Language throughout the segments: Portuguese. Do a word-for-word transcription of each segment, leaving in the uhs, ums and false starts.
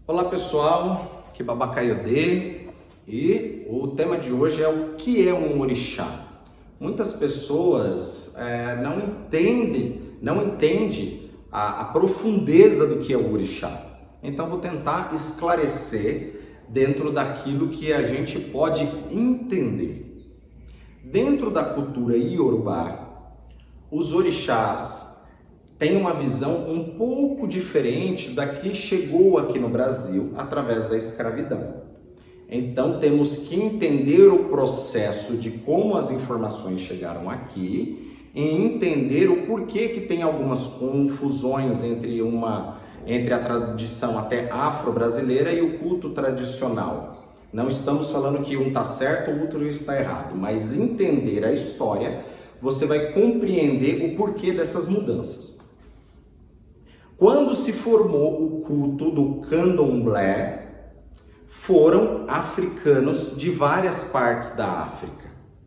Olá pessoal, aqui Babacaiodê e o tema de hoje é o que é um orixá. Muitas pessoas é, não entendem, não entendem a, a profundeza do que é o orixá. Então vou tentar esclarecer dentro daquilo que a gente pode entender. Dentro da cultura iorubá, os orixás tem uma visão um pouco diferente da que chegou aqui no Brasil através da escravidão. Então temos que entender o processo de como as informações chegaram aqui e entender o porquê que tem algumas confusões entre, uma, entre a tradição até afro-brasileira e o culto tradicional. Não estamos falando que um está certo, o outro está errado, mas entender a história, você vai compreender o porquê dessas mudanças. Quando se formou o culto do candomblé, foram africanos de várias partes da África.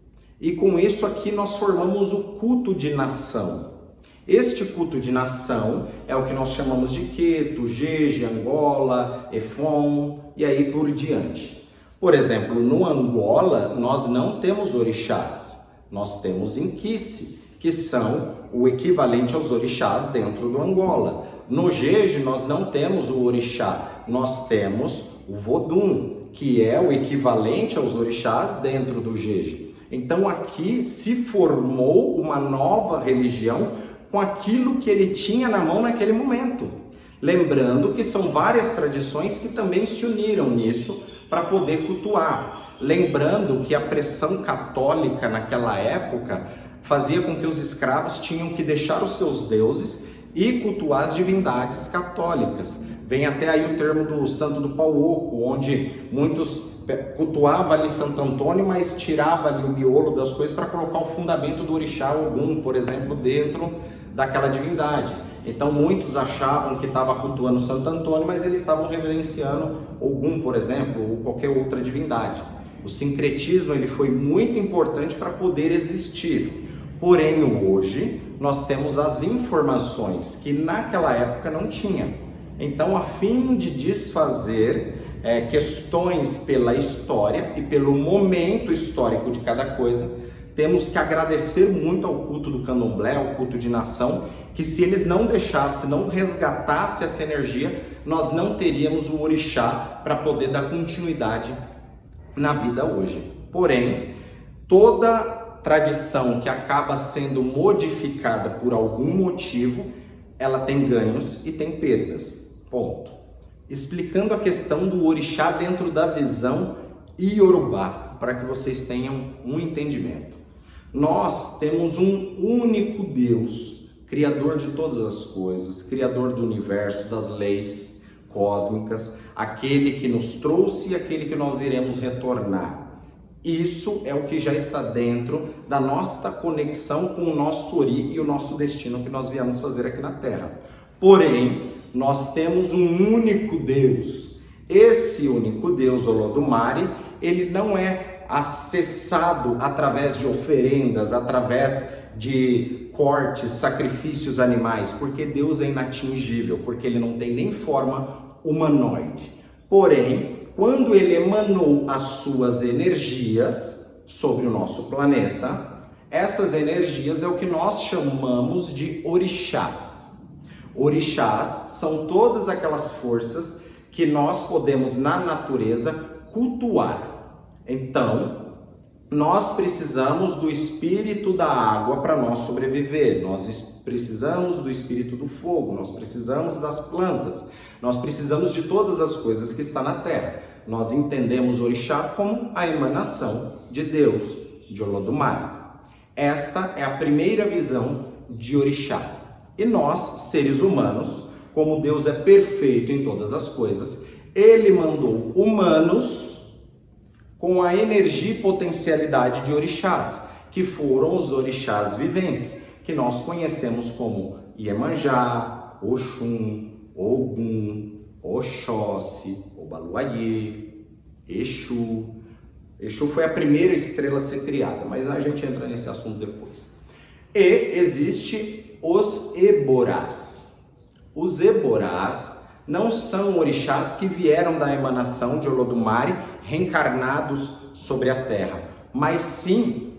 E com isso aqui nós formamos o culto de nação. Este culto de nação é o que nós chamamos de Queto, Jeje, Angola, Efon e aí por diante. Por exemplo, no Angola nós não temos orixás, nós temos Inquice, que são o equivalente aos orixás dentro do Angola. No Jeje nós não temos o orixá, nós temos o Vodum, que é o equivalente aos orixás dentro do Jeje. Então aqui se formou uma nova religião com aquilo que ele tinha na mão naquele momento. Lembrando que são várias tradições que também se uniram nisso para poder cultuar. Lembrando que a pressão católica naquela época fazia com que os escravos tinham que deixar os seus deuses e cultuar as divindades católicas. Vem até aí o termo do Santo do Pau Oco, onde muitos cultuavam ali Santo Antônio, mas tirava ali o miolo das coisas para colocar o fundamento do orixá Ogum, por exemplo, dentro daquela divindade. Então muitos achavam que estava cultuando Santo Antônio, mas eles estavam reverenciando Ogum, por exemplo, ou qualquer outra divindade. O sincretismo ele foi muito importante para poder existir. Porém, hoje, nós temos as informações que naquela época não tinha. Então, a fim de desfazer é, questões pela história e pelo momento histórico de cada coisa, temos que agradecer muito ao culto do candomblé, ao culto de nação, que se eles não deixassem, não resgatassem essa energia, nós não teríamos o orixá para poder dar continuidade na vida hoje. Porém, toda tradição que acaba sendo modificada por algum motivo, ela tem ganhos e tem perdas. Ponto. Explicando a questão do orixá dentro da visão iorubá, para que vocês tenham um entendimento. Nós temos um único Deus, criador de todas as coisas, criador do universo, das leis cósmicas, aquele que nos trouxe e aquele que nós iremos retornar. Isso é o que já está dentro da nossa conexão com o nosso ori e o nosso destino que nós viemos fazer aqui na Terra. Porém, nós temos um único Deus. Esse único Deus, Olodumare, ele não é acessado através de oferendas, através de cortes, sacrifícios animais, porque Deus é inatingível, porque ele não tem nem forma humanoide. Porém, quando ele emanou as suas energias sobre o nosso planeta, essas energias é o que nós chamamos de orixás. Orixás são todas aquelas forças que nós podemos na natureza cultuar. Então, nós precisamos do espírito da água para nós sobreviver, nós precisamos do espírito do fogo, nós precisamos das plantas, nós precisamos de todas as coisas que estão na terra. Nós entendemos o orixá como a emanação de Deus, de Olodumare. Esta é a primeira visão de orixá. E nós, seres humanos, como Deus é perfeito em todas as coisas, ele mandou humanos com a energia e potencialidade de orixás, que foram os orixás viventes, que nós conhecemos como Iemanjá, Oxum, Ogum, Oxóssi, Obaluayê, Exu. Exu foi a primeira estrela a ser criada, mas a gente entra nesse assunto depois. E existe os Eborás. Os Eborás não são orixás que vieram da emanação de Olodumare reencarnados sobre a Terra, mas sim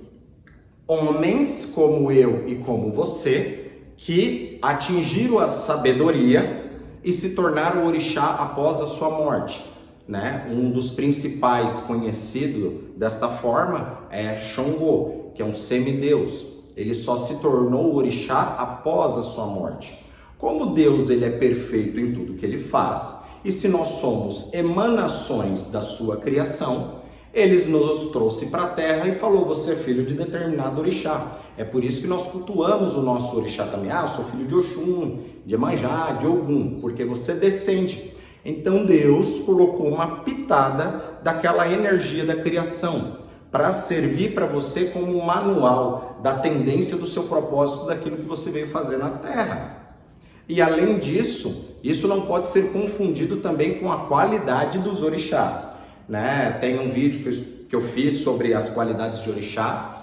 homens como eu e como você que atingiram a sabedoria e se tornaram orixá após a sua morte, né? Um dos principais conhecidos desta forma é Xangô, que é um semideus. Ele só se tornou orixá após a sua morte. Como Deus ele é perfeito em tudo que ele faz, e se nós somos emanações da sua criação, ele nos trouxe para a Terra e falou, você é filho de determinado orixá. É por isso que nós cultuamos o nosso orixá também. Ah, eu sou filho de Oxum, de Emanjá, de Ogum, porque você descende. Então Deus colocou uma pitada daquela energia da criação para servir para você como um manual da tendência do seu propósito, daquilo que você veio fazer na Terra. E além disso, isso não pode ser confundido também com a qualidade dos orixás, né? Tem um vídeo que eu, que eu fiz sobre as qualidades de orixá,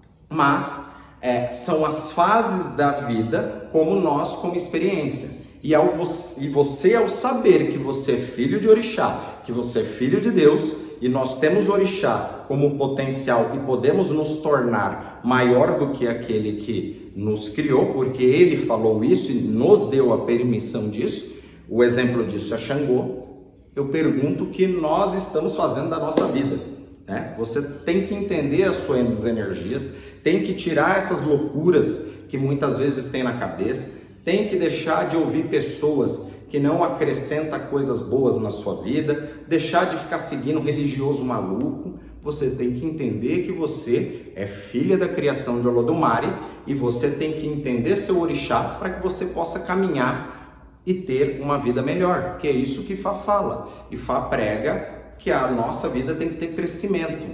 mas é, são as fases da vida como nós, como experiência. E, ao, e você, ao saber que você é filho de orixá, que você é filho de Deus, e nós temos orixá como potencial e podemos nos tornar maior do que aquele que nos criou, porque ele falou isso e nos deu a permissão disso, o exemplo disso é Xangô. Eu pergunto o que nós estamos fazendo da nossa vida, né? Você tem que entender as suas energias, tem que tirar essas loucuras que muitas vezes tem na cabeça, tem que deixar de ouvir pessoas que não acrescentam coisas boas na sua vida, deixar de ficar seguindo um religioso maluco. Você tem que entender que você é filha da criação de Olodumare e você tem que entender seu orixá para que você possa caminhar e ter uma vida melhor, que é isso que Fá fala. E Fá prega que a nossa vida tem que ter crescimento.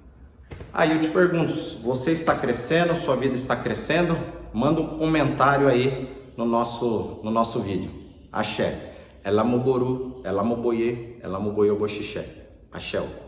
Aí eu te pergunto, você está crescendo, sua vida está crescendo? Manda um comentário aí no nosso, no nosso vídeo. Axé. Elamoboru, Elamoboye, Elamoboye Boxixé. Axé.